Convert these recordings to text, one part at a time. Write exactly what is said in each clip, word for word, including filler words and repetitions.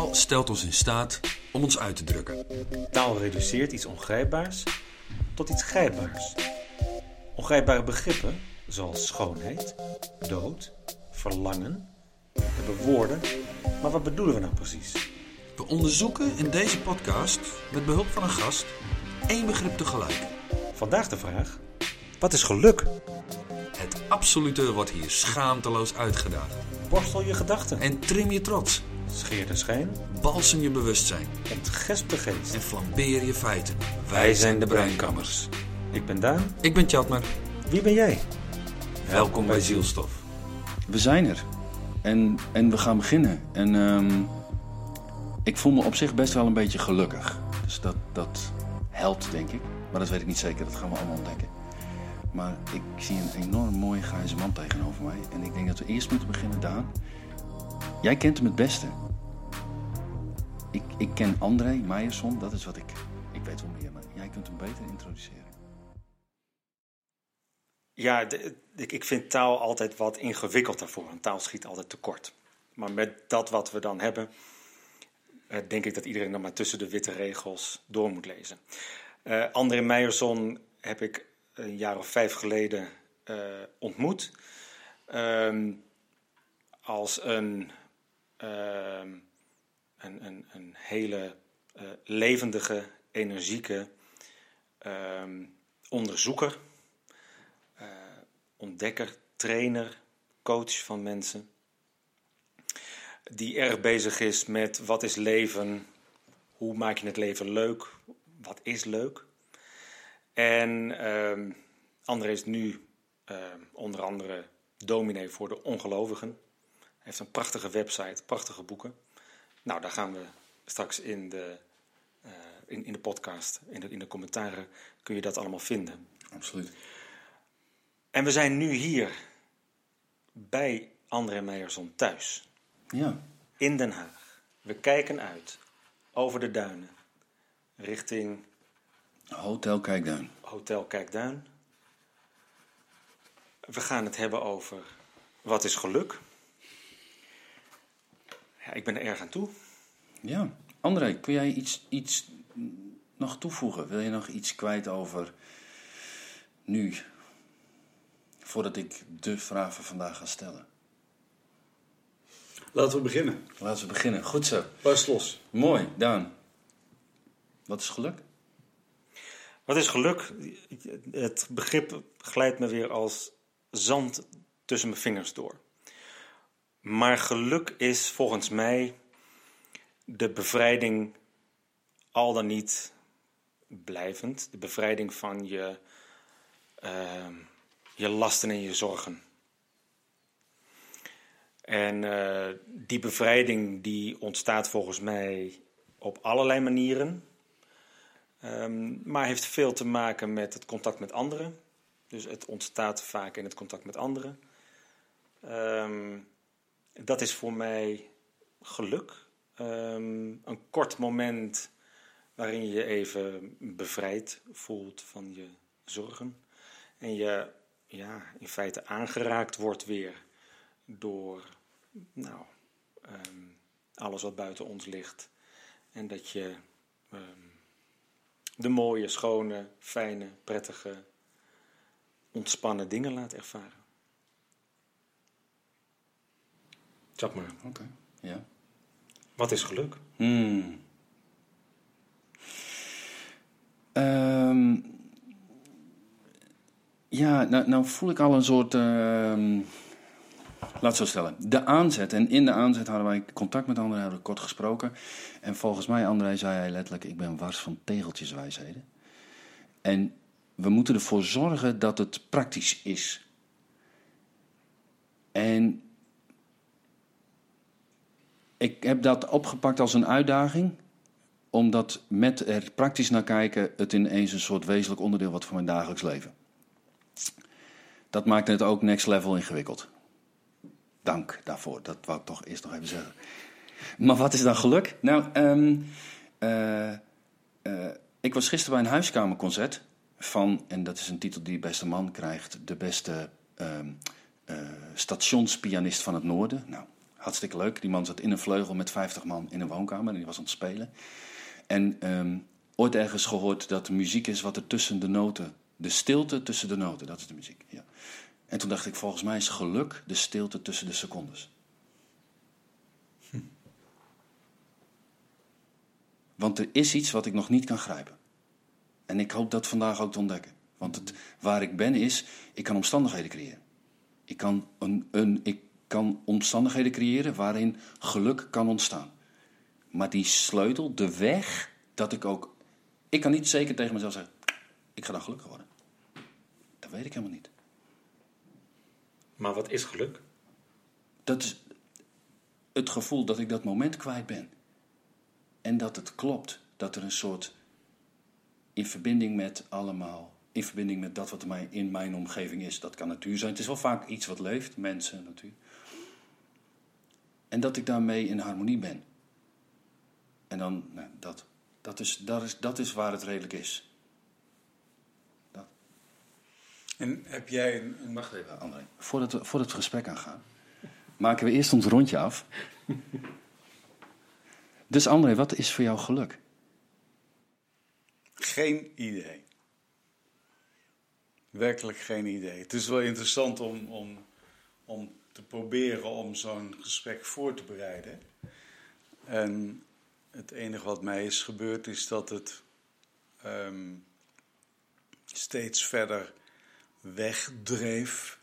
Taal stelt ons in staat om ons uit te drukken. Taal reduceert iets ongrijpbaars tot iets grijpbaars. Ongrijpbare begrippen, zoals schoonheid, dood, verlangen, hebben woorden, maar wat bedoelen we nou precies? We onderzoeken in deze podcast, met behulp van een gast, één begrip tegelijk. Vandaag de vraag, wat is geluk? Het absolute wordt hier schaamteloos uitgedaagd. Borstel je gedachten En trim je trots. scheer de schijn, Balsem je bewustzijn. ontgesp de geest. En flambeer je feiten. Wij zijn de Breinkammers. Ik ben Daan. Ik ben Tjatmer. Wie ben jij? Welkom bij Zielstof. We zijn er. En, en we gaan beginnen. En um, ik voel me op zich best wel een beetje gelukkig. Dus dat, dat helpt, denk ik. Maar dat weet ik niet zeker. Dat gaan we allemaal ontdekken. Maar ik zie een enorm mooie grijze man tegenover mij. En ik denk dat we eerst moeten beginnen, Daan. Jij kent hem het beste. Ik, ik ken André Meijerson. Dat is wat ik... Ik weet wel meer, maar jij kunt hem beter introduceren. Ja, de, ik, ik vind taal altijd wat ingewikkeld daarvoor. Want taal schiet altijd tekort. Maar met dat wat we dan hebben, uh, denk ik dat iedereen dan maar tussen de witte regels door moet lezen. Uh, André Meijerson heb ik een jaar of vijf geleden uh, ontmoet. Um, als een, uh, een, een, een hele uh, levendige, energieke uh, onderzoeker. Uh, ontdekker, trainer, coach van mensen. Die erg bezig is met wat is leven, hoe maak je het leven leuk, wat is leuk. En uh, André is nu uh, onder andere dominee voor de ongelovigen. Hij heeft een prachtige website, prachtige boeken. Nou, daar gaan we straks in de, uh, in, in de podcast, in de, in de commentaren, kun je dat allemaal vinden. Absoluut. En we zijn nu hier bij André Meijerson thuis. Ja. In Den Haag. We kijken uit over de duinen richting Hotel Kijkduin. Hotel Kijkduin. We gaan het hebben over wat is geluk. Ja, ik ben er erg aan toe. Ja. André, kun jij iets, iets nog toevoegen? Wil je nog iets kwijt over nu? Voordat ik de vraag van vandaag ga stellen. Laten we beginnen. Laten we beginnen. Goed zo. Barst los. Mooi, Daan. Wat is geluk? Wat is geluk? Het begrip glijdt me weer als zand tussen mijn vingers door. Maar geluk is volgens mij de bevrijding, al dan niet blijvend, de bevrijding van je, uh, je lasten en je zorgen. En uh, die bevrijding die ontstaat volgens mij op allerlei manieren. Um, maar heeft veel te maken met het contact met anderen. Dus het ontstaat vaak in het contact met anderen. Um, dat is voor mij geluk. Um, een kort moment waarin je je even bevrijd voelt van je zorgen. En je ja, in feite aangeraakt wordt weer door nou, um, alles wat buiten ons ligt. En dat je um, de mooie, schone, fijne, prettige, ontspannen dingen laat ervaren. Zeg maar. Oké, okay. Ja. Wat is geluk? Hmm. Um, ja, nou, nou voel ik al een soort... Uh, laat het zo stellen. De aanzet. En in de aanzet hadden wij contact met André, hadden we kort gesproken. En volgens mij, André, zei hij letterlijk: ik ben wars van tegeltjeswijsheden. En we moeten ervoor zorgen dat het praktisch is. En ik heb dat opgepakt als een uitdaging, omdat met er praktisch naar kijken het ineens een soort wezenlijk onderdeel wordt van mijn dagelijks leven. Dat maakt het ook next level ingewikkeld. Dank daarvoor, dat wou ik toch eerst nog even zeggen. Maar wat is dan geluk? Nou, um, uh, uh, ik was gisteren bij een huiskamerconcert van, en dat is een titel die beste man krijgt, de beste um, uh, stationspianist van het Noorden. Nou, Hartstikke leuk. Die man zat in een vleugel met vijftig man in een woonkamer en die was aan het spelen. En um, ooit ergens gehoord dat de muziek is wat er tussen de noten... De stilte tussen de noten, dat is de muziek. Ja. En toen dacht ik, volgens mij is geluk de stilte tussen de secondes. Hm. Want er is iets wat ik nog niet kan grijpen. En ik hoop dat vandaag ook te ontdekken. Want het, waar ik ben is, ik kan omstandigheden creëren. Ik kan, een, een, ik kan omstandigheden creëren waarin geluk kan ontstaan. Maar die sleutel, de weg, dat ik ook... Ik kan niet zeker tegen mezelf zeggen, ik ga dan gelukkig worden. Dat weet ik helemaal niet. Maar wat is geluk? Dat is het gevoel dat ik dat moment kwijt ben. En dat het klopt. Dat er een soort... In verbinding met allemaal... In verbinding met dat wat er mij in mijn omgeving is. Dat kan natuur zijn. Het is wel vaak iets wat leeft. Mensen, natuur. En dat ik daarmee in harmonie ben. En dan, nou, dat. Dat is, dat, is, dat is waar het redelijk is. Dat. En heb jij een... een... Wacht even, André. Voordat we, voordat we het gesprek aangaan, maken we eerst ons rondje af. Dus André, wat is voor jou geluk? Geen idee. Werkelijk geen idee. Het is wel interessant om, om, om te proberen om zo'n gesprek voor te bereiden. En het enige wat mij is gebeurd is dat het um, steeds verder wegdreef.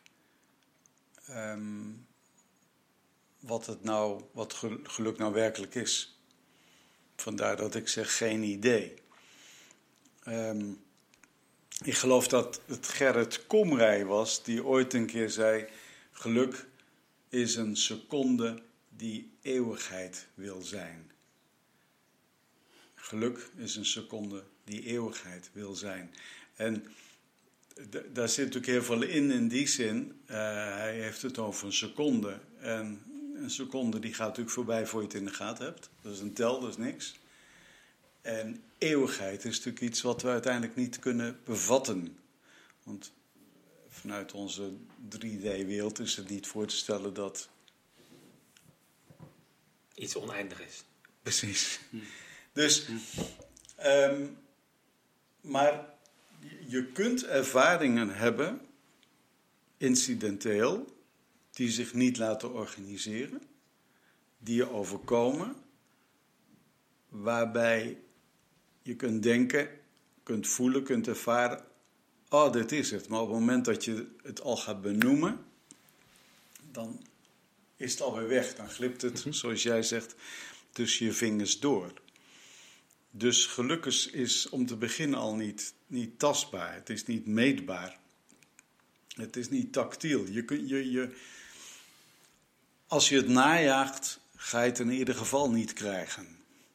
Um, wat, het nou, wat geluk nou werkelijk is. Vandaar dat ik zeg geen idee. Um, ik geloof dat het Gerrit Komrij was die ooit een keer zei... Geluk is een seconde die eeuwigheid wil zijn. Geluk is een seconde die eeuwigheid wil zijn. En d- daar zit natuurlijk heel veel in, in die zin. Uh, hij heeft het over een seconde. En een seconde die gaat natuurlijk voorbij voor je het in de gaten hebt. Dat is een tel, dat is niks. En eeuwigheid is natuurlijk iets wat we uiteindelijk niet kunnen bevatten. Want vanuit onze drie D-wereld is het niet voor te stellen dat... Iets oneindig is. Precies. Hm. Dus, um, maar je kunt ervaringen hebben, incidenteel, die zich niet laten organiseren, die je overkomen, waarbij je kunt denken, kunt voelen, kunt ervaren, oh, dit is het. Maar op het moment dat je het al gaat benoemen, dan is het alweer weg. Dan glipt het, zoals jij zegt, tussen je vingers door. Dus geluk is, is om te beginnen al niet, niet tastbaar. Het is niet meetbaar. Het is niet tactiel. Je kun, je, je, als je het najaagt, ga je het in ieder geval niet krijgen.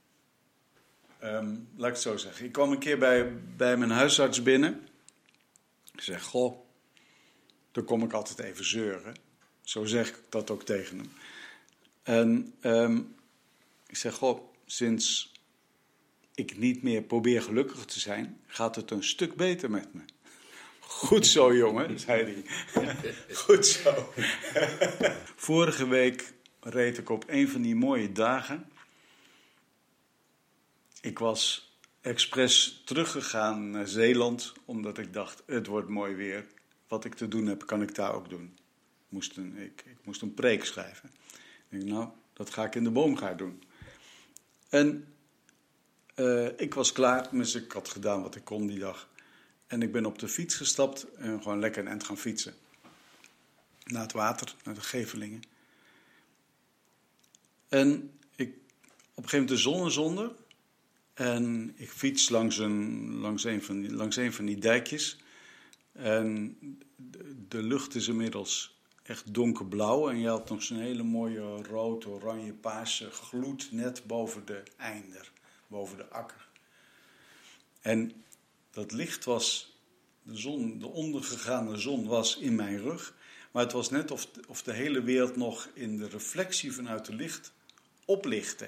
Um, laat ik het zo zeggen. Ik kwam een keer bij, bij mijn huisarts binnen. Ik zeg, goh, dan kom ik altijd even zeuren. Zo zeg ik dat ook tegen hem. En um, ik zeg, goh, sinds ik niet meer probeer gelukkig te zijn, gaat het een stuk beter met me. Goed zo, jongen, zei hij. Goed zo. Vorige week reed ik op een van die mooie dagen. Ik was expres teruggegaan naar Zeeland, omdat ik dacht, het wordt mooi weer. Wat ik te doen heb, kan ik daar ook doen. Ik moest een, ik, ik moest een preek schrijven. Ik dacht, nou, dat ga ik in de boomgaard doen. En uh, ik was klaar, dus ik had gedaan wat ik kon die dag. En ik ben op de fiets gestapt en gewoon lekker een eind gaan fietsen. Naar het water, naar de Gevelingen. En ik, op een gegeven moment de zon is onder. En ik fiets langs een, langs een, van, die, langs een van die dijkjes. En de, de lucht is inmiddels echt donkerblauw. En je had nog zo'n hele mooie rood, oranje, paarse gloed net boven de einder. Boven de akker. En dat licht was, de zon, de ondergegaane zon was in mijn rug. Maar het was net of, of de hele wereld nog in de reflectie vanuit het licht oplichtte.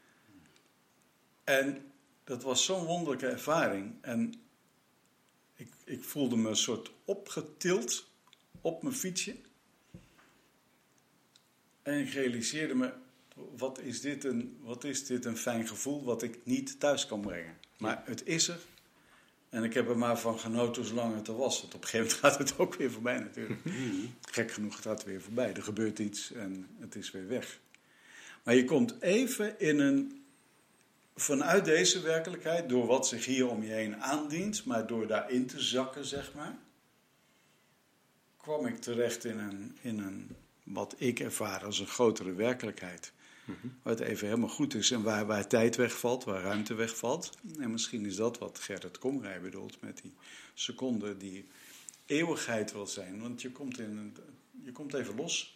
En dat was zo'n wonderlijke ervaring. En ik, ik voelde me een soort opgetild op mijn fietsje. En ik realiseerde me, wat is dit een, wat is dit een fijn gevoel wat ik niet thuis kan brengen. Maar het is er. En ik heb er maar van genoten zolang het er was. Want op een gegeven moment gaat het ook weer voorbij natuurlijk. Gek genoeg gaat het weer voorbij. Er gebeurt iets en het is weer weg. Maar je komt even in een... Vanuit deze werkelijkheid, door wat zich hier om je heen aandient, maar door daarin te zakken, zeg maar, kwam ik terecht in een, in een wat ik ervaar als een grotere werkelijkheid. Mm-hmm. Waar het even helemaal goed is en waar, waar tijd wegvalt, waar ruimte wegvalt. En misschien is dat wat Gerrit Komrij bedoelt met die seconde die eeuwigheid wil zijn. Want je komt, in een, je komt even los.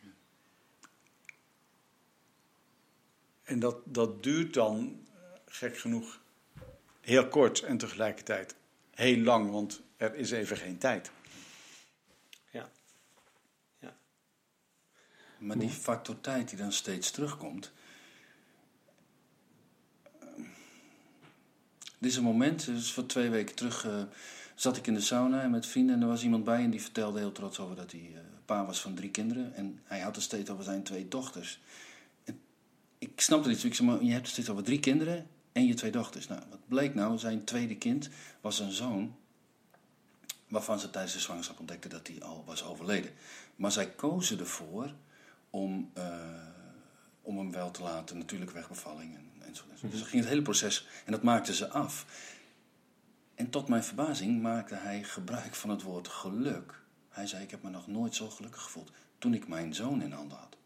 En dat, dat duurt dan, gek genoeg, heel kort en tegelijkertijd heel lang, want er is even geen tijd. Ja. Ja. Maar die factor tijd die dan steeds terugkomt. Dit is een moment, dus voor twee weken terug uh, zat ik in de sauna met vrienden en er was iemand bij en die vertelde heel trots over dat hij uh, pa was van drie kinderen. En hij had het steeds over zijn twee dochters. En ik snapte niet, ik zei, maar je hebt het steeds over drie kinderen en je twee dochters. Nou, wat bleek nou? Zijn tweede kind was een zoon waarvan ze tijdens de zwangerschap ontdekten dat hij al was overleden. Maar zij kozen ervoor om, uh, om hem wel te laten, natuurlijk wegbevalling en, en zo. Mm-hmm. Dus dat ging het hele proces en dat maakten ze af. En tot mijn verbazing maakte hij gebruik van het woord geluk. Hij zei, ik heb me nog nooit zo gelukkig gevoeld toen ik mijn zoon in handen had.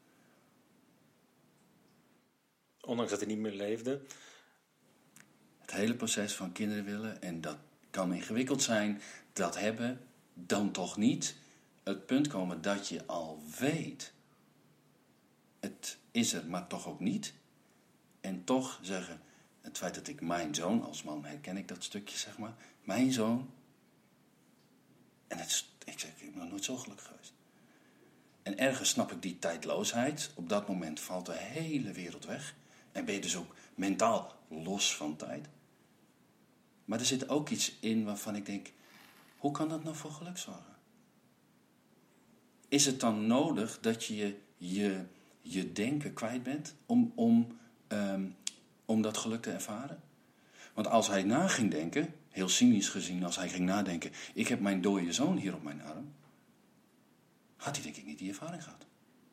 Ondanks dat hij niet meer leefde. Het hele proces van kinderen willen, en dat kan ingewikkeld zijn, dat hebben, dan toch niet. Het punt komen dat je al weet, het is er, maar toch ook niet. En toch zeggen, het feit dat ik mijn zoon, als man herken ik dat stukje, zeg maar, mijn zoon. En het is, ik zeg, ik ben nog nooit zo gelukkig geweest. En ergens snap ik die tijdloosheid. Op dat moment valt de hele wereld weg. En ben je dus ook mentaal los van tijd. Maar er zit ook iets in waarvan ik denk, hoe kan dat nou voor geluk zorgen? Is het dan nodig dat je je, je denken kwijt bent om, om, um, om dat geluk te ervaren? Want als hij na ging denken, heel cynisch gezien, als hij ging nadenken, ik heb mijn dode zoon hier op mijn arm, had hij denk ik niet die ervaring gehad.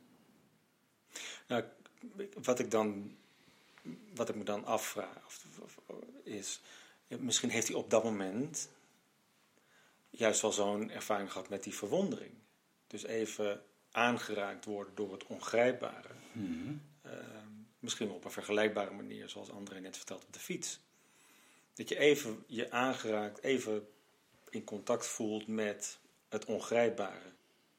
Nou, wat ik dan, wat ik me dan afvraag, of, of, is, misschien heeft hij op dat moment juist wel zo'n ervaring gehad met die verwondering. Dus even aangeraakt worden door het ongrijpbare. Mm-hmm. Uh, misschien op een vergelijkbare manier, zoals André net vertelde op de fiets. Dat je even je aangeraakt, even in contact voelt met het ongrijpbare.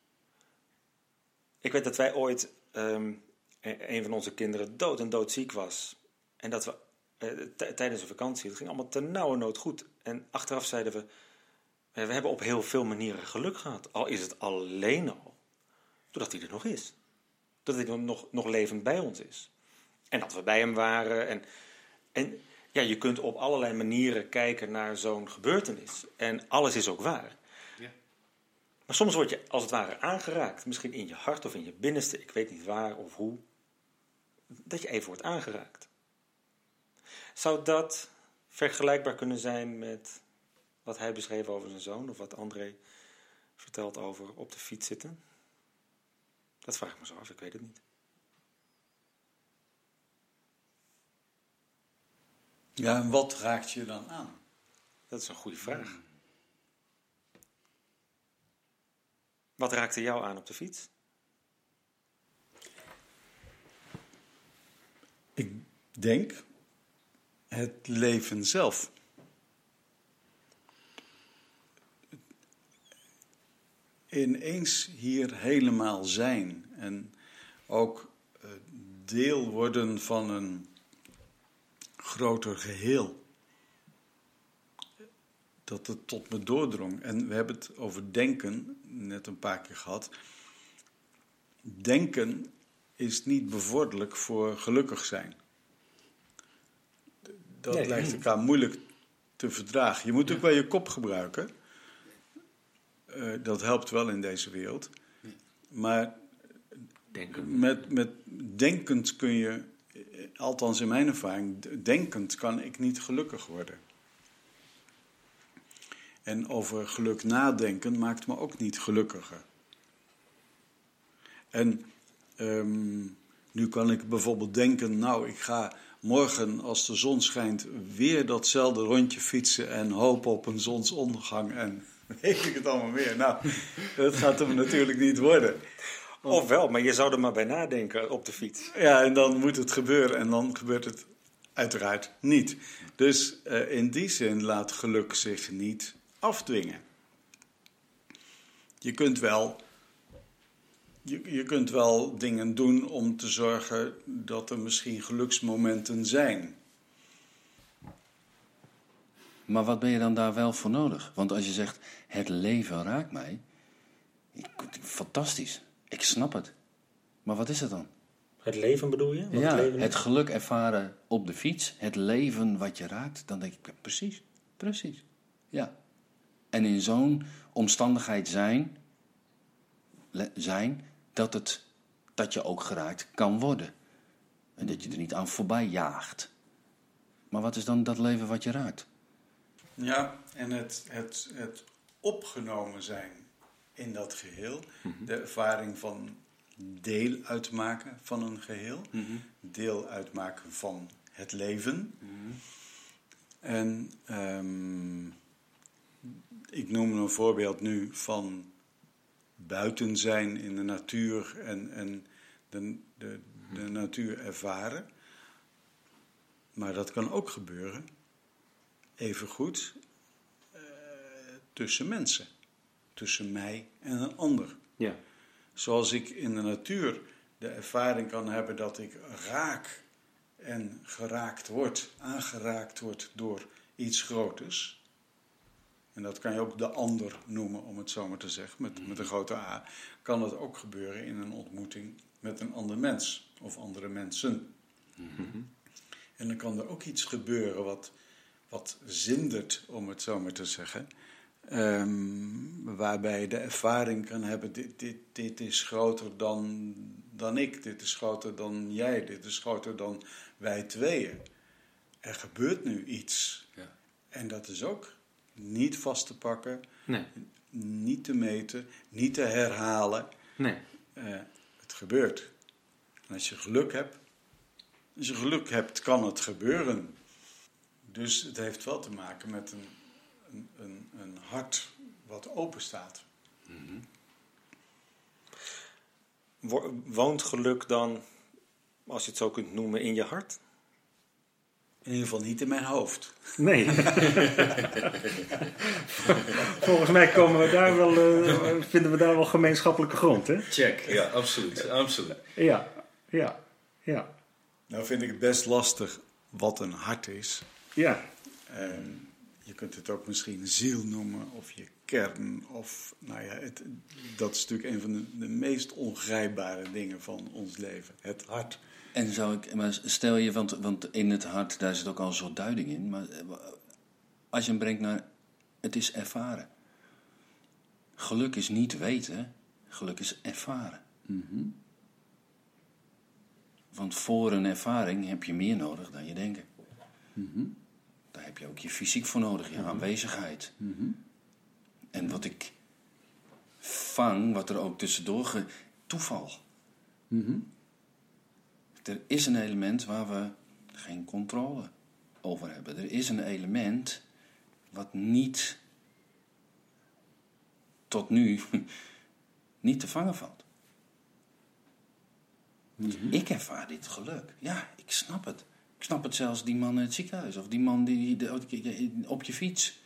Ik weet dat wij ooit, um, een van onze kinderen dood en doodziek was. En dat we uh, t- tijdens een vakantie, het ging allemaal ten nauwernood goed. En achteraf zeiden we, we hebben op heel veel manieren geluk gehad. Al is het alleen al, doordat hij er nog is. Doordat hij nog, nog levend bij ons is. En dat we bij hem waren. En, en ja, je kunt op allerlei manieren kijken naar zo'n gebeurtenis. En alles is ook waar. Ja. Maar soms word je als het ware aangeraakt. Misschien in je hart of in je binnenste. Ik weet niet waar of hoe. Dat je even wordt aangeraakt. Zou dat vergelijkbaar kunnen zijn met wat hij beschreef over zijn zoon? Of wat André vertelt over op de fiets zitten? Dat vraag ik me zo af, ik weet het niet. Ja, en wat raakt je dan aan? Dat is een goede vraag. Hmm. Wat raakte jou aan op de fiets? Ik denk het leven zelf. Ineens hier helemaal zijn en ook deel worden van een groter geheel. Dat het tot me doordrong. En we hebben het over denken net een paar keer gehad. Denken is niet bevorderlijk voor gelukkig zijn. Dat nee, lijkt elkaar moeilijk te verdragen. Je moet ook wel je kop gebruiken. Uh, dat helpt wel in deze wereld. Maar denken. Met, met denkend kun je, althans in mijn ervaring, denkend kan ik niet gelukkig worden. En over geluk nadenken maakt me ook niet gelukkiger. En um, nu kan ik bijvoorbeeld denken, nou, ik ga morgen als de zon schijnt weer datzelfde rondje fietsen en hopen op een zonsondergang en weet ik het allemaal meer. Nou, dat gaat hem natuurlijk niet worden. Of wel, maar je zou er maar bij nadenken op de fiets. Ja, en dan moet het gebeuren en dan gebeurt het uiteraard niet. Dus uh, in die zin laat geluk zich niet afdwingen. Je kunt wel, je, je kunt wel dingen doen om te zorgen dat er misschien geluksmomenten zijn. Maar wat ben je dan daar wel voor nodig? Want als je zegt, het leven raakt mij, ik, fantastisch, ik snap het. Maar wat is het dan? Het leven bedoel je? Wat ja, het, leven het geluk ervaren op de fiets, het leven wat je raakt, dan denk ik, ja, precies, precies, ja. En in zo'n omstandigheid zijn, zijn dat, het, dat je ook geraakt kan worden. En dat je er niet aan voorbij jaagt. Maar wat is dan dat leven wat je raakt? Ja, en het, het, het opgenomen zijn in dat geheel. Mm-hmm. De ervaring van deel uitmaken van een geheel. Mm-hmm. Deel uitmaken van het leven. Mm-hmm. En um, ik noem een voorbeeld nu van buiten zijn in de natuur en, en de, de, de natuur ervaren. Maar dat kan ook gebeuren, evengoed, uh, tussen mensen. Tussen mij en een ander. Ja. Zoals ik in de natuur de ervaring kan hebben dat ik raak en geraakt word, aangeraakt word door iets groters. En dat kan je ook de ander noemen, om het zo maar te zeggen, met, met een grote A. Kan dat ook gebeuren in een ontmoeting met een ander mens of andere mensen. Mm-hmm. En dan kan er ook iets gebeuren wat, wat zindert, om het zo maar te zeggen. Um, waarbij je de ervaring kan hebben, dit, dit, dit is groter dan, dan ik, dit is groter dan jij, dit is groter dan wij tweeën. Er gebeurt nu iets. Ja. En dat is ook niet vast te pakken, nee. Niet te meten, niet te herhalen. Nee. Uh, het gebeurt. En als je geluk hebt, als je geluk hebt, kan het gebeuren. Dus het heeft wel te maken met een, een, een, een hart wat open staat. Mm-hmm. Woont geluk dan, als je het zo kunt noemen, in je hart? In ieder geval niet in mijn hoofd. Nee. Volgens mij komen we daar wel, uh, vinden we daar wel gemeenschappelijke grond, hè? Check, ja, absoluut. absoluut. Ja, ja, ja. Nou vind ik het best lastig wat een hart is. Ja. Um, je kunt het ook misschien ziel noemen, of je kern, of, nou ja, het, dat is natuurlijk een van de, de meest ongrijpbare dingen van ons leven. Het hart. En zou ik, maar stel je, want, want in het hart, daar zit ook al een soort duiding in. Maar als je hem brengt naar, het is ervaren. Geluk is niet weten, geluk is ervaren. Mm-hmm. Want voor een ervaring heb je meer nodig dan je denken. Mm-hmm. Daar heb je ook je fysiek voor nodig, je mm-hmm. aanwezigheid. Mm-hmm. En wat ik vang, wat er ook tussendoor ge... toeval. Mm-hmm. Er is een element waar we geen controle over hebben. Er is een element wat niet tot nu niet te vangen valt. Mm-hmm. Ik ervaar dit geluk. Ja, ik snap het. Ik snap het zelfs, die man in het ziekenhuis. Of die man die, die op je fiets.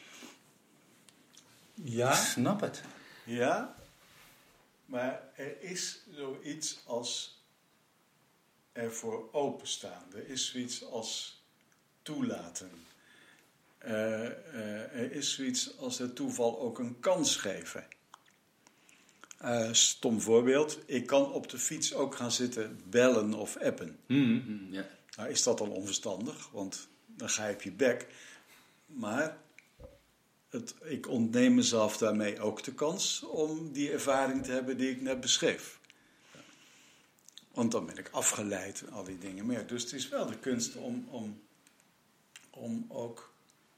Ja? Ik snap het. Ja, maar er is zoiets als ervoor openstaan. Er is zoiets als toelaten. Uh, uh, er is zoiets als het toeval ook een kans geven. Uh, stom voorbeeld. Ik kan op de fiets ook gaan zitten bellen of appen. Mm-hmm, yeah. Nou is dat al onverstandig, want dan ga je op je bek. Maar het, ik ontneem mezelf daarmee ook de kans om die ervaring te hebben die ik net beschreef. Want dan ben ik afgeleid en al die dingen meer. Dus het is wel de kunst om, om, om ook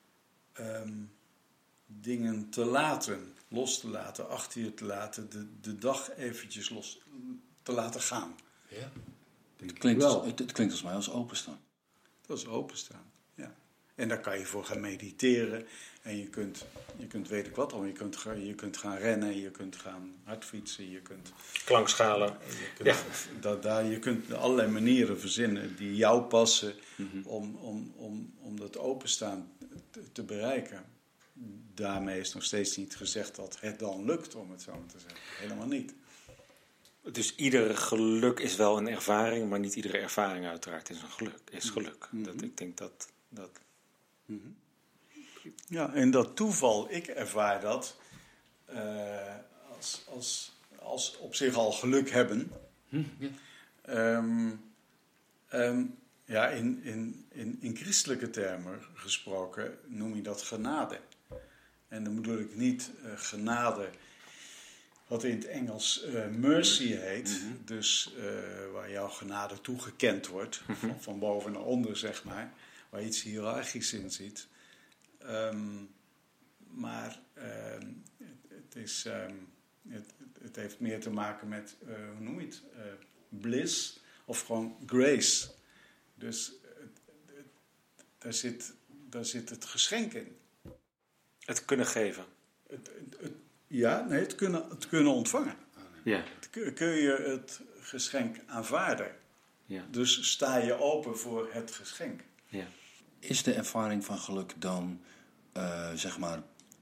um, dingen te laten, los te laten, achter je te laten, de, de dag eventjes los te laten gaan. Ja. Het klinkt, wel. Het, het klinkt als mij als openstaan. Dat is openstaan, ja. En daar kan je voor gaan mediteren. En je kunt, je kunt weet ik wat al, je kunt, je kunt gaan rennen, je kunt gaan hardfietsen, je kunt... Klankschalen. Je kunt, Ja. dat, daar, je kunt allerlei manieren verzinnen die jou passen Mm-hmm. om, om, om, om dat openstaan te, te bereiken. Daarmee is nog steeds niet gezegd dat het dan lukt, om het zo maar te zeggen. Helemaal niet. Dus ieder geluk is wel een ervaring, maar niet iedere ervaring uiteraard is een geluk. Is geluk. Mm-hmm. Dat, ik denk dat... dat... Mm-hmm. Ja, en dat toeval, ik ervaar dat uh, als, als, als op zich al geluk hebben. Hm, ja. Um, um, ja, in, in, in, in christelijke termen gesproken noem je dat genade. En dan bedoel ik niet uh, genade, wat in het Engels uh, mercy heet. Mm-hmm. Dus uh, waar jouw genade toegekend wordt, mm-hmm. van, van boven naar onder zeg maar. Waar je iets hiërarchisch in ziet. Um, maar um, het, het, is, um, het, het heeft meer te maken met, uh, hoe noem je het, uh, bliss of gewoon grace. Dus het, het, daar, zit, daar zit het geschenk in. Het kunnen geven. Het, het, het, ja, nee, het kunnen, het kunnen ontvangen. Ja. Het, kun, kun je het geschenk aanvaarden. Ja. Dus sta je open voor het geschenk. Ja. Is de ervaring van geluk dan, uh, zeg maar,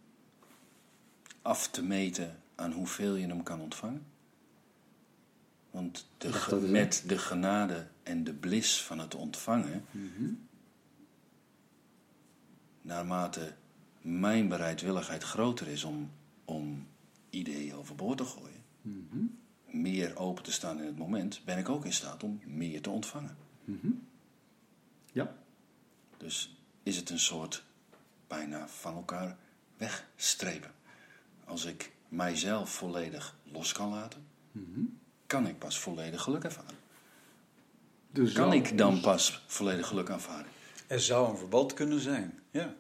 af te meten aan hoeveel je hem kan ontvangen? Want de ge- met de genade en de bliss van het ontvangen, mm-hmm. naarmate mijn bereidwilligheid groter is om, om ideeën overboord te gooien, mm-hmm. meer open te staan in het moment, ben ik ook in staat om meer te ontvangen. Mm-hmm. Ja. Dus is het een soort bijna van elkaar wegstrepen. Als ik mijzelf volledig los kan laten, mm-hmm. kan ik pas volledig geluk ervaren. Dus kan ik dan pas volledig geluk ervaren? Er zou een verband kunnen zijn, ja.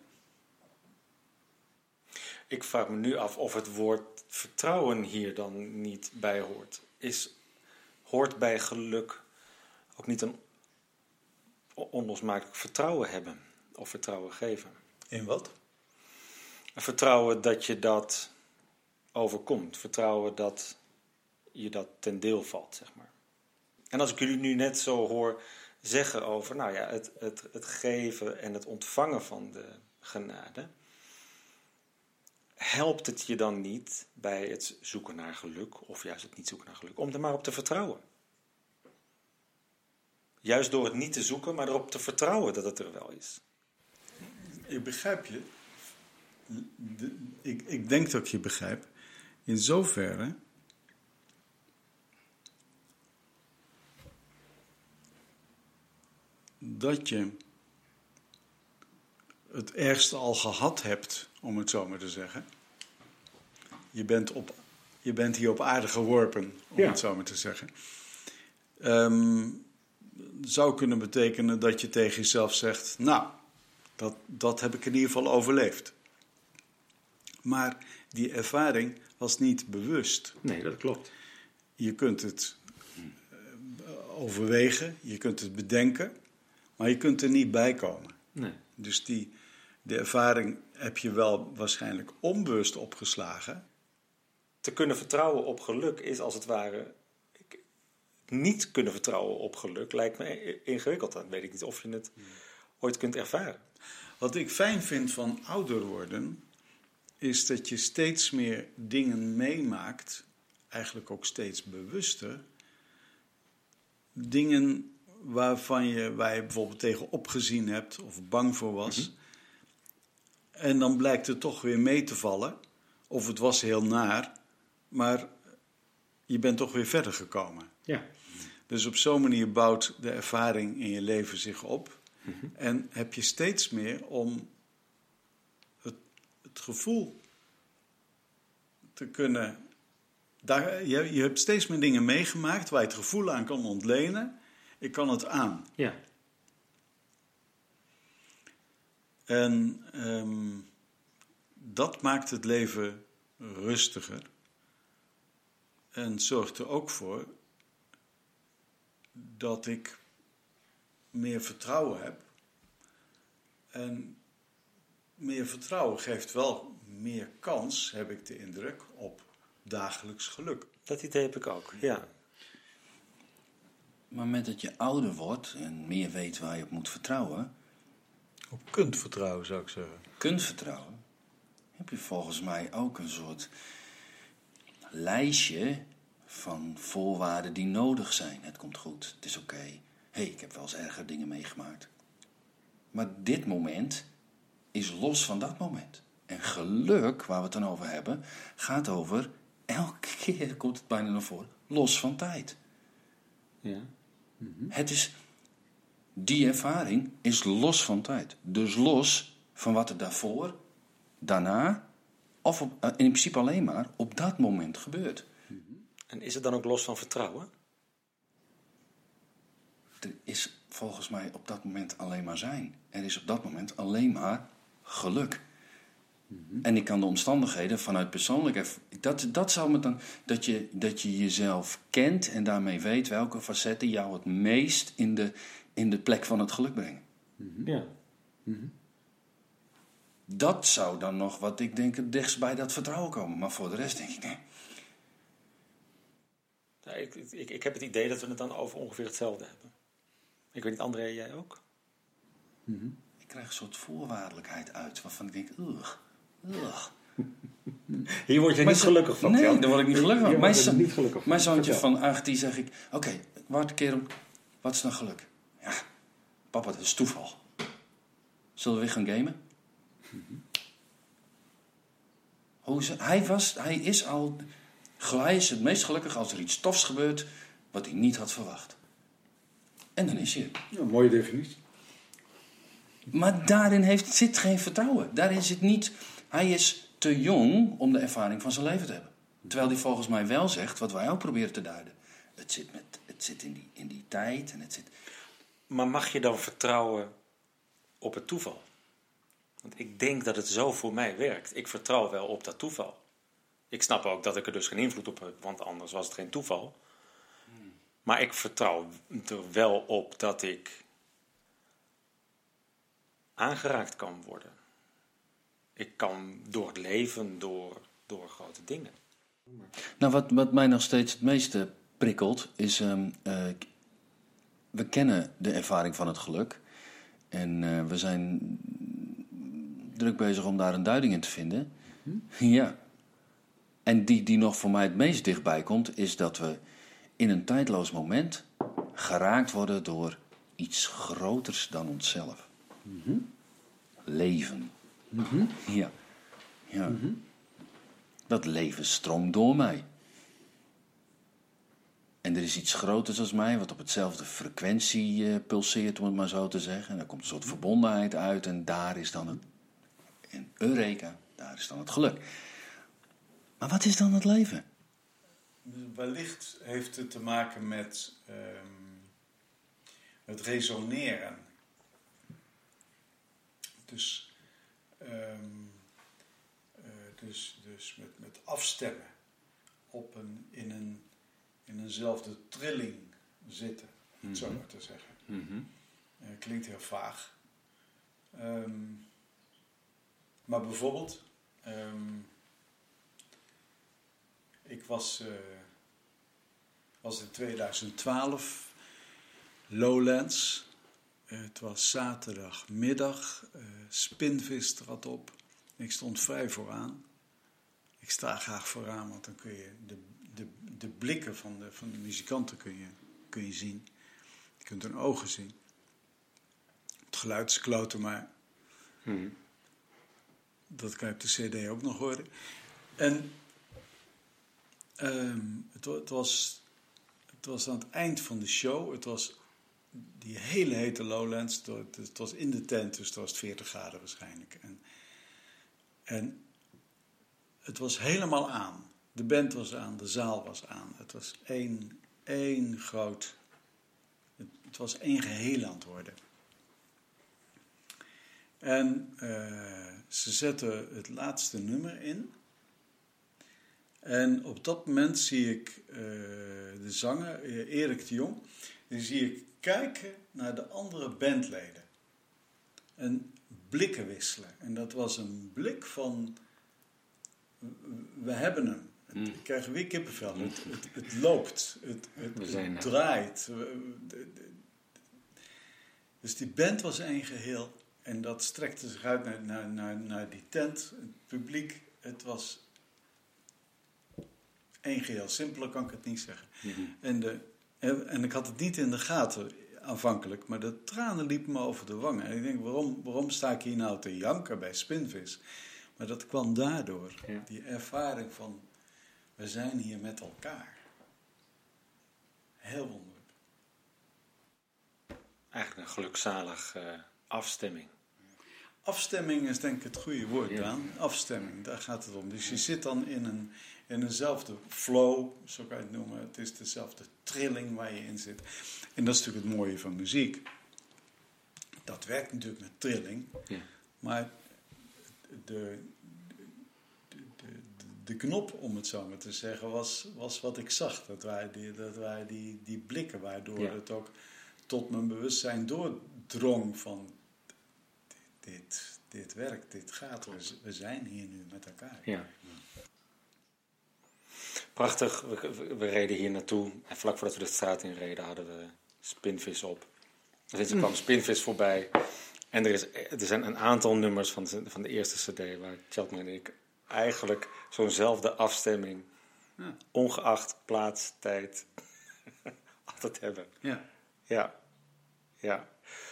Ik vraag me nu af of het woord vertrouwen hier dan niet bij hoort. Is, hoort bij geluk ook niet een onlosmakelijk vertrouwen hebben of vertrouwen geven? In wat? Vertrouwen dat je dat overkomt. Vertrouwen dat je dat ten deel valt, zeg maar. En als ik jullie nu net zo hoor zeggen over nou ja, het, het, het geven en het ontvangen van de genade, helpt het je dan niet bij het zoeken naar geluk, of juist het niet zoeken naar geluk, om er maar op te vertrouwen? Juist door het niet te zoeken, maar erop te vertrouwen dat het er wel is. Ik begrijp je. De, ik, ik denk dat ik je begrijp. In zoverre dat je het ergste al gehad hebt, om het zo maar te zeggen. Je bent, op, je bent hier op aarde geworpen, om ja. het zo maar te zeggen. Um, zou kunnen betekenen dat je tegen jezelf zegt, nou, dat, dat heb ik in ieder geval overleefd. Maar die ervaring was niet bewust. Nee, dat klopt. Je kunt het uh, overwegen, je kunt het bedenken, maar je kunt er niet bij komen. Nee. Dus die, de ervaring heb je wel waarschijnlijk onbewust opgeslagen. Te kunnen vertrouwen op geluk is als het ware... Niet kunnen vertrouwen op geluk lijkt me ingewikkeld. Dan weet ik niet of je het ooit kunt ervaren. Wat ik fijn vind van ouder worden, is dat je steeds meer dingen meemaakt, eigenlijk ook steeds bewuster. Dingen waarvan je, waar je bijvoorbeeld tegen opgezien hebt of bang voor was. Mm-hmm. En dan blijkt het toch weer mee te vallen. Of het was heel naar, maar je bent toch weer verder gekomen. Ja. Dus op zo'n manier bouwt de ervaring in je leven zich op. Mm-hmm. En heb je steeds meer om het, het gevoel te kunnen daar, je, je hebt steeds meer dingen meegemaakt waar je het gevoel aan kan ontlenen. Ik kan het aan. Ja. En um, dat maakt het leven rustiger. En zorgt er ook voor dat ik meer vertrouwen heb. En meer vertrouwen geeft wel meer kans, heb ik de indruk, op dagelijks geluk. Dat idee heb ik ook, ja. Maar met dat je ouder wordt en meer weet waar je op moet vertrouwen, Op kunt vertrouwen, zou ik zeggen. kunt vertrouwen, heb je volgens mij ook een soort lijstje van voorwaarden die nodig zijn. Het komt goed, het is oké. Hé, hey, ik heb wel eens erger dingen meegemaakt. Maar dit moment is los van dat moment. En geluk, waar we het dan over hebben, gaat over, elke keer komt het bijna naar voren, los van tijd. Ja. Het is, die ervaring is los van tijd. Dus los van wat er daarvoor, daarna, of op, in principe alleen maar op dat moment gebeurt. En is het dan ook los van vertrouwen? Er is volgens mij op dat moment alleen maar zijn. Er is op dat moment alleen maar geluk. Mm-hmm. En ik kan de omstandigheden vanuit persoonlijk... Erv- dat, dat zou me dan... Dat je, dat je jezelf kent en daarmee weet welke facetten jou het meest in de, in de plek van het geluk brengen. Mm-hmm. Ja. Mm-hmm. Dat zou dan nog wat ik denk het dichtst bij dat vertrouwen komen. Maar voor de rest denk ik, nee. Ja, ik, ik, ik heb het idee dat we het dan over ongeveer hetzelfde hebben. Ik weet niet, André, jij ook? Mm-hmm. Ik krijg een soort voorwaardelijkheid uit waarvan ik denk, ugh, ugh. Hier word je Maar niet zo, gelukkig van. Nee, Jan. daar word ik niet gelukkig van. Hier Mijn, word je zo, niet gelukkig van. mijn zoontje Vertel. van acht, die zeg ik, oké, okay, wacht een keer om, wat is nou geluk? Ja, papa, dat is toeval. Zullen we weer gaan gamen? Mm-hmm. Hoe is het? Hij, was, hij is al, hij is het meest gelukkig als er iets tofs gebeurt wat hij niet had verwacht. En dan is hij er. Ja, mooie definitie. Maar daarin heeft, zit geen vertrouwen. Daarin zit niet... Hij is te jong om de ervaring van zijn leven te hebben. Terwijl hij volgens mij wel zegt, wat wij ook proberen te duiden. Het zit, met, het zit in, die, in die tijd en het zit... Maar mag je dan vertrouwen op het toeval? Want ik denk dat het zo voor mij werkt. Ik vertrouw wel op dat toeval. Ik snap ook dat ik er dus geen invloed op heb, want anders was het geen toeval. Hmm. Maar ik vertrouw er wel op dat ik aangeraakt kan worden. Ik kan door het leven, door, door grote dingen. Nou, wat, wat mij nog steeds het meeste prikkelt, is... Um, uh, we kennen de ervaring van het geluk. En uh, we zijn druk bezig om daar een duiding in te vinden. Hm? Ja. En die, die nog voor mij het meest dichtbij komt, is dat we in een tijdloos moment geraakt worden door iets groters dan onszelf. Mm-hmm. Leven. Mm-hmm. Ja. Ja. Mm-hmm. Dat leven stroomt door mij. En er is iets groters als mij, wat op hetzelfde frequentie uh, pulseert, om het maar zo te zeggen. En daar komt een soort verbondenheid uit en daar is dan het... En Eureka, daar is dan het geluk. Maar wat is dan het leven? Wellicht heeft het te maken met um, het resoneren. Dus, um, uh, dus, dus met, met afstemmen op een, in, een, in eenzelfde trilling zitten, mm-hmm. zo maar te zeggen. Mm-hmm. Uh, klinkt heel vaag. Um, maar bijvoorbeeld... Um, Ik was, uh, was in tweeduizend twaalf, Lowlands. Uh, het was zaterdagmiddag, uh, Spinvis trad op. Ik stond vrij vooraan. Ik sta graag vooraan, want dan kun je de, de, de blikken van de, van de muzikanten kun je, kun je zien. Je kunt hun ogen zien. Het geluid is kloten, maar hmm. dat kan je op de cd ook nog horen. En... Um, het, het, was, het was aan het eind van de show. Het was die hele hete Lowlands. Het, het was in de tent, dus het was veertig graden waarschijnlijk. En, en het was helemaal aan. De band was aan, de zaal was aan. Het was één, één groot... Het, het was één geheel aan het worden. En uh, ze zetten het laatste nummer in. En op dat moment zie ik uh, de zanger, uh, Erik de Jong... Die zie ik kijken naar de andere bandleden. En blikken wisselen. En dat was een blik van... We hebben hem. Mm. Ik krijg weer kippenvel. Het, het, het loopt. Het, het, We zijn het er. draait. Dus die band was één geheel. En dat strekte zich uit naar, naar, naar, naar die tent. Het publiek. Het was één geheel. Simpeler kan ik het niet zeggen. Mm-hmm. En, de, en, en ik had het niet in de gaten aanvankelijk. Maar de tranen liepen me over de wangen. En ik denk, waarom, waarom sta ik hier nou te janken bij Spinvis? Maar dat kwam daardoor. Ja. Die ervaring van... We zijn hier met elkaar. Heel wonderlijk. Eigenlijk een gelukzalig uh, afstemming. Afstemming is denk ik het goede woord, Ja. Daan. Afstemming, daar gaat het om. Dus je zit dan in, een, in eenzelfde flow, zo kan je het noemen. Het is dezelfde trilling waar je in zit. En dat is natuurlijk het mooie van muziek. Dat werkt natuurlijk met trilling. Ja. Maar de, de, de, de knop, om het zo maar te zeggen, was, was wat ik zag. Dat waren die, dat waren die, die blikken, waardoor Ja. het ook tot mijn bewustzijn doordrong van... Dit, dit werkt, dit gaat. We, we zijn hier nu met elkaar. Ja. Prachtig. We, we, we reden hier naartoe. En vlak voordat we de straat in reden hadden we Spinvis op. Dus er kwam Spinvis voorbij. En er, is, er zijn een aantal nummers van de, van de eerste cd... waar Tjaltman en ik eigenlijk zo'nzelfde afstemming... Ja. ongeacht plaats, tijd... altijd hebben. Ja. Ja. Ja.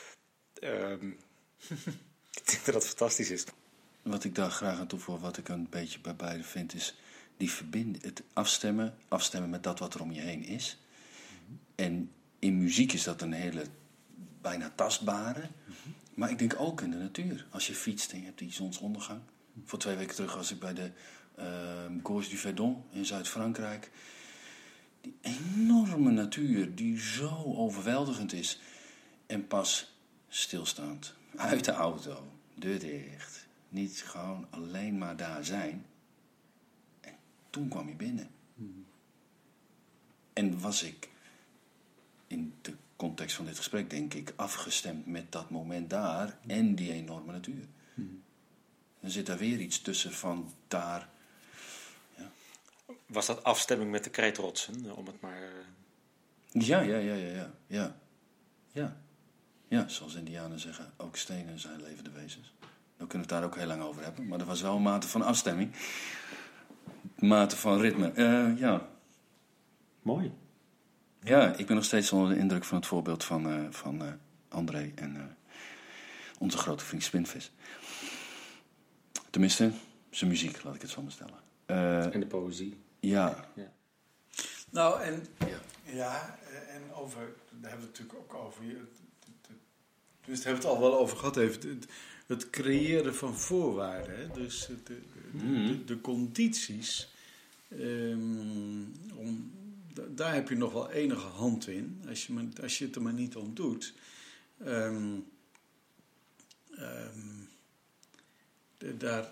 Um, ik denk dat dat fantastisch is. Wat ik daar graag aan toevoeg, wat ik een beetje bij beide vind, is die verbinding, het afstemmen, afstemmen met dat wat er om je heen is. Mm-hmm. En in muziek is dat een hele bijna tastbare, mm-hmm. maar ik denk ook in de natuur. Als je fietst en je hebt die zonsondergang. Mm-hmm. Voor twee weken terug was ik bij de uh, Gorge du Verdon in Zuid-Frankrijk. Die enorme natuur die zo overweldigend is en pas stilstaand. Uit de auto, deur dicht. Niet gewoon alleen maar daar zijn. En toen kwam je binnen. Mm. En was ik in de context van dit gesprek, denk ik, afgestemd met dat moment daar mm. en die enorme natuur. Mm. Dan zit daar weer iets tussen van daar. Ja. Was dat afstemming met de krijtrotsen, om het maar... Uh... Ja, ja, ja, ja, ja, ja. Ja. Ja, zoals Indianen zeggen, ook stenen zijn levende wezens. Dan kunnen we het daar ook heel lang over hebben. Maar er was wel een mate van afstemming. Mate van ritme. Uh, ja. Mooi. Ja, ik ben nog steeds onder de indruk van het voorbeeld van, uh, van uh, André en uh, onze grote vriend Spinvis. Tenminste, zijn muziek, laat ik het zo maar stellen. Uh, en de poëzie. Ja. ja. Nou, en, ja. ja, en over, daar hebben we het natuurlijk ook over... Dus daar hebben we het al wel over gehad. Even, het, het creëren van voorwaarden. Hè? Dus de, de, mm. de, de condities. Um, om, daar heb je nog wel enige hand in. Als je, als je het er maar niet om doet. Um, um, de, daar...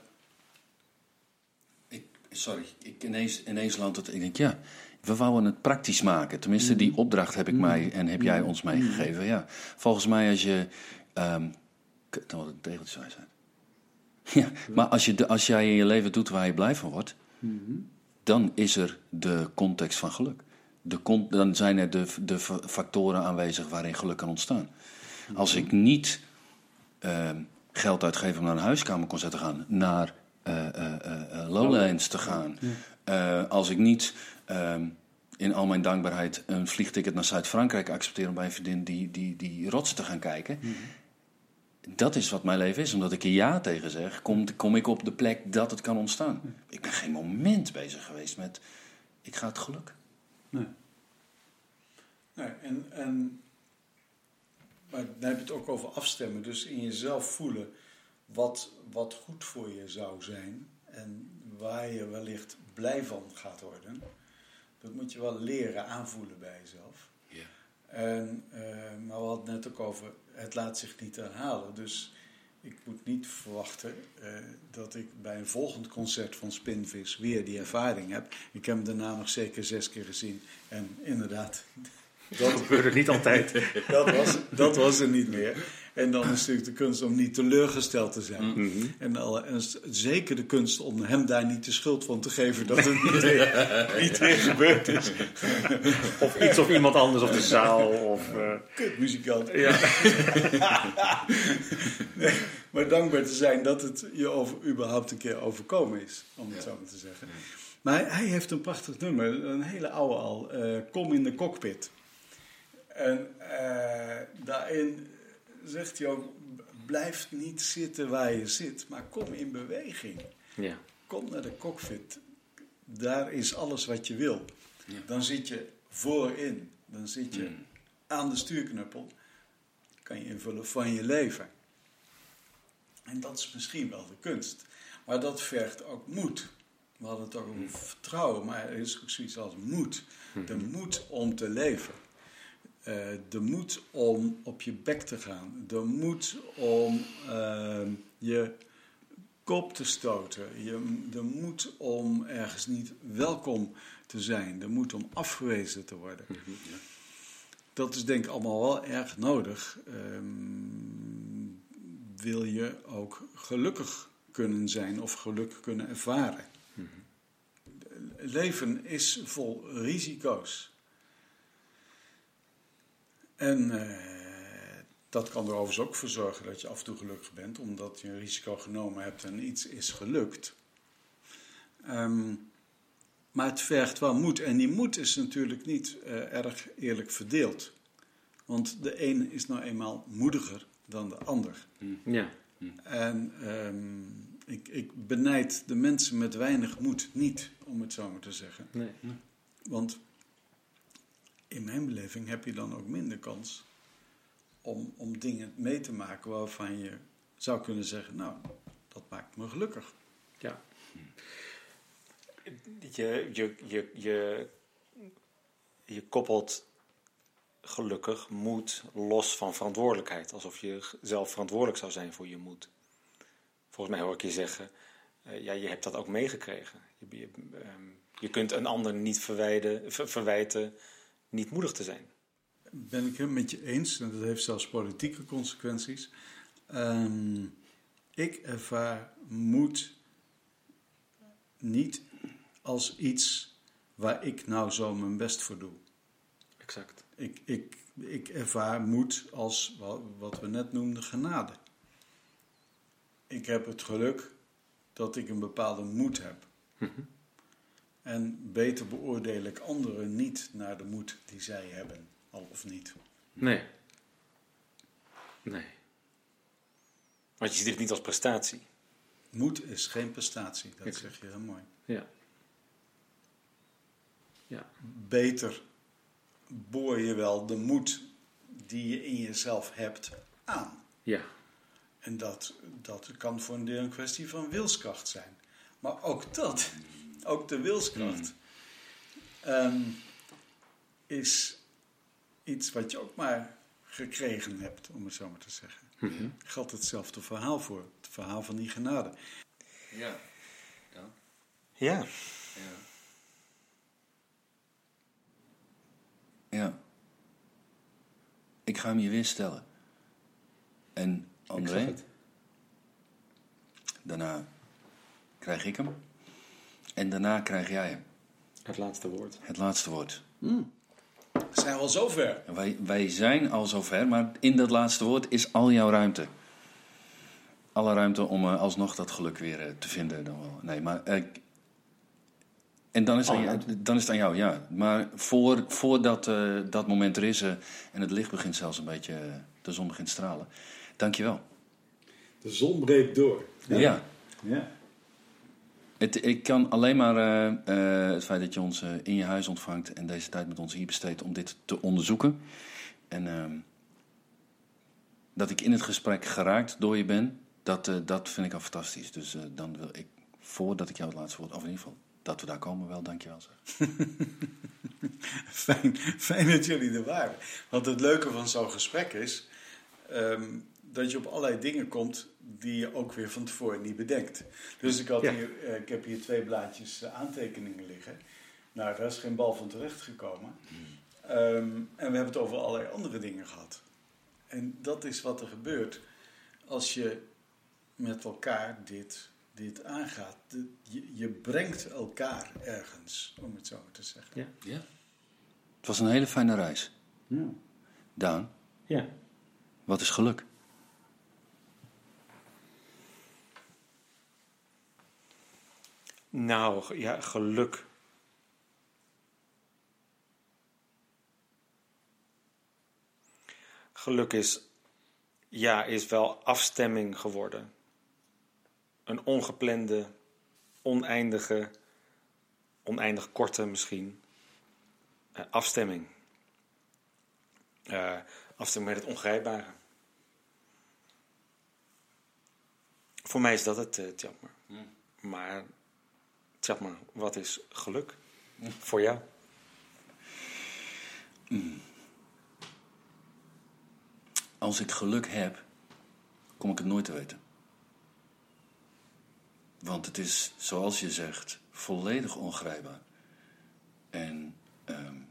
Ik, sorry, ik ineens, ineens landt het. Ik denk, ja, we wouden het praktisch maken. Tenminste, die opdracht heb ik mij en heb jij ons meegegeven. Ja, volgens mij als je... Um, dan wordt het tegeltjes uit zijn. Ja, maar als, je de, als jij in je leven doet waar je blij van wordt... Mm-hmm. dan is er de context van geluk. De con, dan zijn er de, de factoren aanwezig waarin geluk kan ontstaan. Mm-hmm. Als ik niet um, geld uitgeef om naar een huiskamerconcert te gaan... naar uh, uh, uh, Lowlands te gaan... Uh, als ik niet... Um, in al mijn dankbaarheid een vliegticket naar Zuid-Frankrijk accepteren... om bij een vriendin die, die, die rots te gaan kijken. Mm-hmm. Dat is wat mijn leven is. Omdat ik er ja tegen zeg, kom, kom ik op de plek dat het kan ontstaan. Mm. Ik ben geen moment bezig geweest met... ik ga het geluk. Nee. Nee, en, en, maar dan heb je het ook over afstemmen. Dus in jezelf voelen wat, wat goed voor je zou zijn... en waar je wellicht blij van gaat worden, dat moet je wel leren aanvoelen bij jezelf. Ja. En, uh, maar we hadden het net ook over, het laat zich niet herhalen. Dus ik moet niet verwachten uh, dat ik bij een volgend concert van Spinvis weer die ervaring heb. Ik heb hem daarna nog zeker zes keer gezien. En inderdaad, Dat gebeurde niet altijd. dat was, dat was er niet meer. En dan is natuurlijk de kunst om niet teleurgesteld te zijn. Mm-hmm. En, al, en zeker de kunst om hem daar niet de schuld van te geven dat het niet weer, niet weer gebeurd is. Of iets of iemand anders op de zaal. Of, uh... Kutmuzikant. Ja. Nee, maar dankbaar te zijn dat het je over, überhaupt een keer overkomen is, om het ja. zo maar te zeggen. Maar hij, hij heeft een prachtig nummer, een hele oude al, uh, Kom in de cockpit. En uh, daarin zegt hij ook, blijf niet zitten waar je zit, maar kom in beweging. Ja. Kom naar de cockpit, daar is alles wat je wil. Ja. Dan zit je voorin, dan zit je mm. aan de stuurknuppel, kan je invullen van je leven. En dat is misschien wel de kunst. Maar dat vergt ook moed. We hadden het ook over vertrouwen, maar er is ook zoiets als moed. De moed om te leven. Uh, de moed om op je bek te gaan. De moed om uh, je kop te stoten. Je, de moed om ergens niet welkom te zijn. De moed om afgewezen te worden. Ja. Dat is denk ik allemaal wel erg nodig. Um, wil je ook gelukkig kunnen zijn of geluk kunnen ervaren. Mm-hmm. Leven is vol risico's. En uh, dat kan er overigens ook voor zorgen dat je af en toe gelukkig bent, omdat je een risico genomen hebt en iets is gelukt. Um, maar het vergt wel moed. En die moed is natuurlijk niet uh, erg eerlijk verdeeld. Want de een is nou eenmaal moediger dan de ander. Ja. En um, ik, ik benijd de mensen met weinig moed niet, om het zo maar te zeggen. Nee. Want in mijn beleving heb je dan ook minder kans om, om dingen mee te maken waarvan je zou kunnen zeggen, nou, dat maakt me gelukkig. Ja. Je, je, je, je, je koppelt gelukkig moed los van verantwoordelijkheid. Alsof je zelf verantwoordelijk zou zijn voor je moed. Volgens mij hoor ik je zeggen, uh, ja, je hebt dat ook meegekregen. Je, je, um, je kunt een ander niet verwijden, ver, verwijten niet moedig te zijn. Ben ik het met je eens. En dat heeft zelfs politieke consequenties. Um, ik ervaar moed niet als iets waar ik nou zo mijn best voor doe. Exact. Ik, ik, ik ervaar moed als wat we net noemden genade. Ik heb het geluk dat ik een bepaalde moed heb. Mm-hmm. En beter beoordeel ik anderen niet naar de moed die zij hebben, al of niet. Nee. Nee. Want je ziet het niet als prestatie. Moed is geen prestatie, dat Ik... zeg je heel mooi. Ja. Ja. Beter boor je wel de moed die je in jezelf hebt aan. Ja. En dat, dat kan voor een deel een kwestie van wilskracht zijn. Maar ook dat, ook de wilskracht, mm. um, is iets wat je ook maar gekregen hebt, om het zo maar te zeggen. Mm-hmm. Geldt hetzelfde verhaal voor, het verhaal van die genade. Ja. Ja. Ja. Ja. Ja. Ik ga hem je weer stellen. En André, daarna krijg ik hem. En daarna krijg jij hem. Het laatste woord. Het laatste woord. Mm. We zijn al zover. Wij, wij zijn al zover, maar in dat laatste woord is al jouw ruimte. Alle ruimte om uh, alsnog dat geluk weer uh, te vinden. Dan wel. Nee, maar... Uh, en dan is, oh, aan, dan is het aan jou, ja. Maar voor, voordat uh, dat moment er is uh, en het licht begint zelfs een beetje... Uh, de zon begint te stralen. Dank je wel. De zon breekt door. Ja. ja. ja. Het, ik kan alleen maar uh, uh, het feit dat je ons uh, in je huis ontvangt... en deze tijd met ons hier besteedt om dit te onderzoeken. En uh, dat ik in het gesprek geraakt door je ben... dat, uh, dat vind ik al fantastisch. Dus uh, dan wil ik voordat ik jou het laatste woord, of in ieder geval dat we daar komen wel, dankjewel zeg. Fijn, fijn dat jullie er waren. Want het leuke van zo'n gesprek is um, dat je op allerlei dingen komt die je ook weer van tevoren niet bedenkt. Dus ik, had Ja. hier, uh, ik heb hier twee blaadjes uh, aantekeningen liggen. Nou, daar is geen bal van terecht gekomen. Um, en we hebben het over allerlei andere dingen gehad. En dat is wat er gebeurt als je met elkaar dit, dit aangaat. De, je, je brengt elkaar ergens, om het zo te zeggen. Ja. Ja. Het was een hele fijne reis. Ja. Daan, Ja. wat is geluk? Nou, ja, geluk. Geluk is, ja, is wel afstemming geworden. Een ongeplande, oneindige, oneindig korte misschien, uh, afstemming. Uh, afstemming met het ongrijpbare. Voor mij is dat het, uh, Tjapma. Hmm. Maar, Tjapma, wat is geluk hmm. voor jou? Mm. Als ik geluk heb, kom ik het nooit te weten. Want het is, zoals je zegt, volledig ongrijpbaar. En um,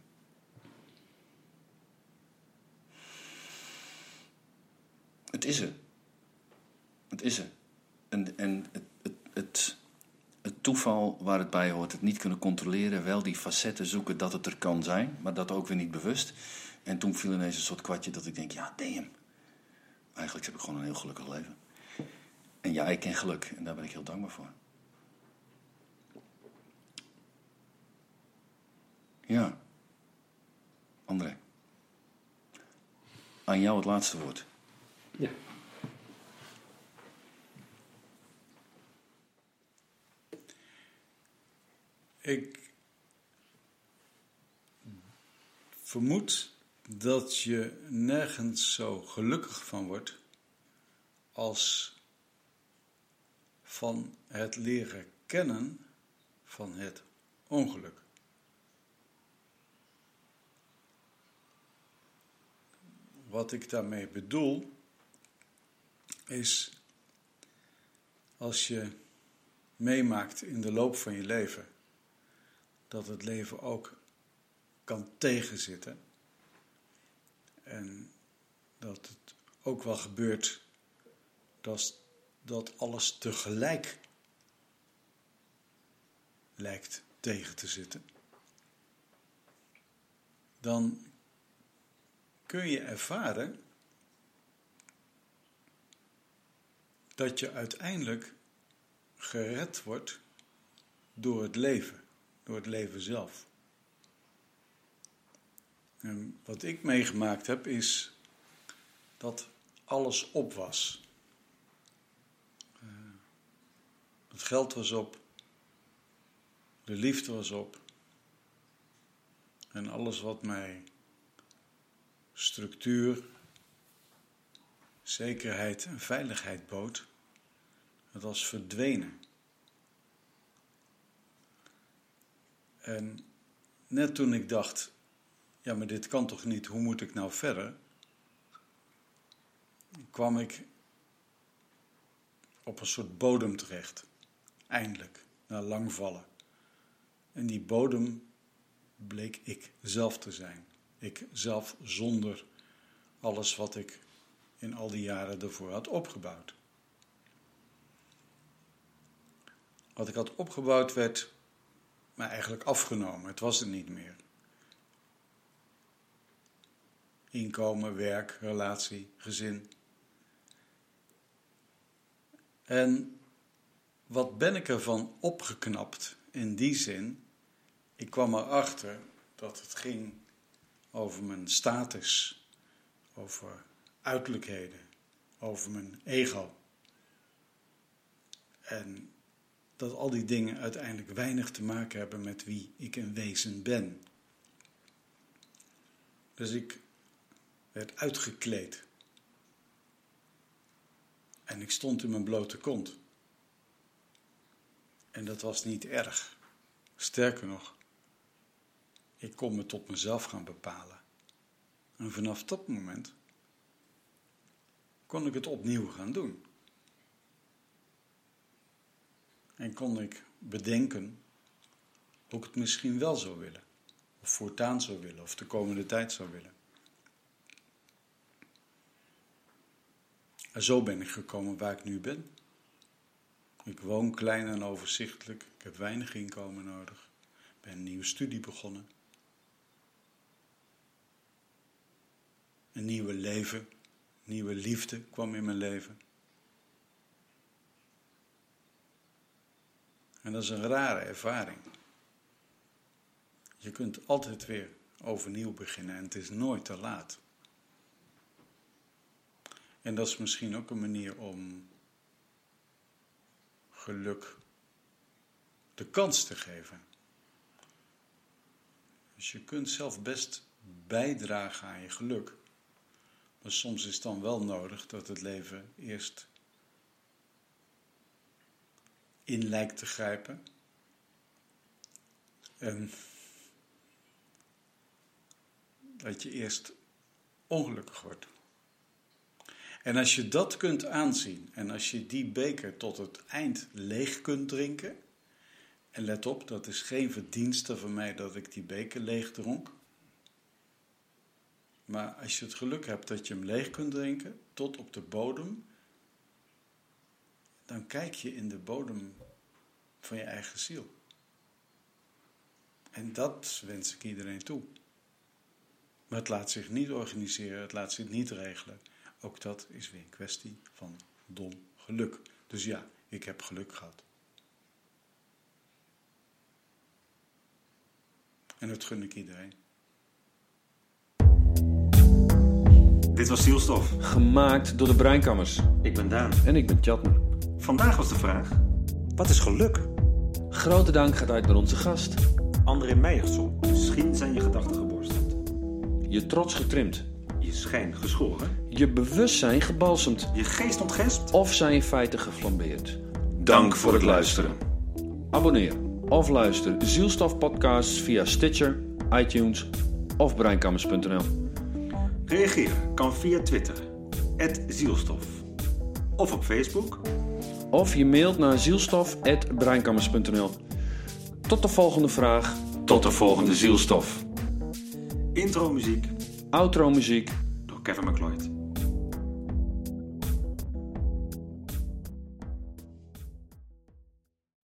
het is er. Het is er. En, en het, het, het, het toeval waar het bij hoort, het niet kunnen controleren, wel die facetten zoeken dat het er kan zijn, maar dat ook weer niet bewust. En toen viel ineens een soort kwartje dat ik denk, ja, damn. Eigenlijk heb ik gewoon een heel gelukkig leven. En ja, ik ken geluk en daar ben ik heel dankbaar voor. Ja. André. Aan jou het laatste woord. Ja. Ik vermoed dat je nergens zo gelukkig van wordt als van het leren kennen van het ongeluk. Wat ik daarmee bedoel is als je meemaakt in de loop van je leven dat het leven ook kan tegenzitten. En dat het ook wel gebeurt dat, dat alles tegelijk lijkt tegen te zitten. Dan kun je ervaren dat je uiteindelijk gered wordt door het leven, door het leven zelf. En wat ik meegemaakt heb is dat alles op was. Uh, het geld was op, de liefde was op en alles wat mij structuur, zekerheid en veiligheid bood, het was verdwenen. En net toen ik dacht, ja, maar dit kan toch niet, hoe moet ik nou verder? Kwam ik op een soort bodem terecht. Eindelijk, na lang vallen. En die bodem bleek ik zelf te zijn. Ik zelf zonder alles wat ik in al die jaren ervoor had opgebouwd. Wat ik had opgebouwd werd mij eigenlijk afgenomen. Het was er niet meer. Inkomen, werk, relatie, gezin. En wat ben ik ervan opgeknapt in die zin? Ik kwam erachter dat het ging over mijn status, over uiterlijkheden, over mijn ego. En dat al die dingen uiteindelijk weinig te maken hebben met wie ik in wezen ben. Dus ik werd uitgekleed. En ik stond in mijn blote kont. En dat was niet erg. Sterker nog, ik kon me tot mezelf gaan bepalen. En vanaf dat moment kon ik het opnieuw gaan doen. En kon ik bedenken hoe ik het misschien wel zou willen. Of voortaan zou willen, of de komende tijd zou willen. En zo ben ik gekomen waar ik nu ben. Ik woon klein en overzichtelijk. Ik heb weinig inkomen nodig. Ik ben een nieuwe studie begonnen. Een nieuwe leven, nieuwe liefde kwam in mijn leven. En dat is een rare ervaring. Je kunt altijd weer overnieuw beginnen en het is nooit te laat. En dat is misschien ook een manier om geluk de kans te geven. Dus je kunt zelf best bijdragen aan je geluk. Maar soms is het dan wel nodig dat het leven eerst in lijkt te grijpen. En dat je eerst ongelukkig wordt. En als je dat kunt aanzien en als je die beker tot het eind leeg kunt drinken. En let op, dat is geen verdienste van mij dat ik die beker leeg dronk. Maar als je het geluk hebt dat je hem leeg kunt drinken, tot op de bodem, dan kijk je in de bodem van je eigen ziel. En dat wens ik iedereen toe. Maar het laat zich niet organiseren, het laat zich niet regelen. Ook dat is weer een kwestie van dom geluk. Dus ja, ik heb geluk gehad. En dat gun ik iedereen. Dit was Zielstof. Gemaakt door de Breinkammers. Ik ben Daan. En ik ben Tjatner. Vandaag was de vraag: Wat is geluk? Grote dank gaat uit naar onze gast. André Meijerson. Misschien zijn je gedachten geborsteld. Je trots getrimd. Je schijn geschoren. Je bewustzijn gebalsemd. Je geest ontgespt? Of zijn je feiten geflambeerd. Dank voor het luisteren. Abonneer of luister Zielstof podcasts via Stitcher, iTunes of breinkammers punt n l. Reageer kan via Twitter, at zielstof. Of op Facebook. Of je mailt naar zielstof at breinkammers punt n l. Tot de volgende vraag. Tot de volgende Zielstof. Intro muziek Outro muziek. door Kevin MacLeod.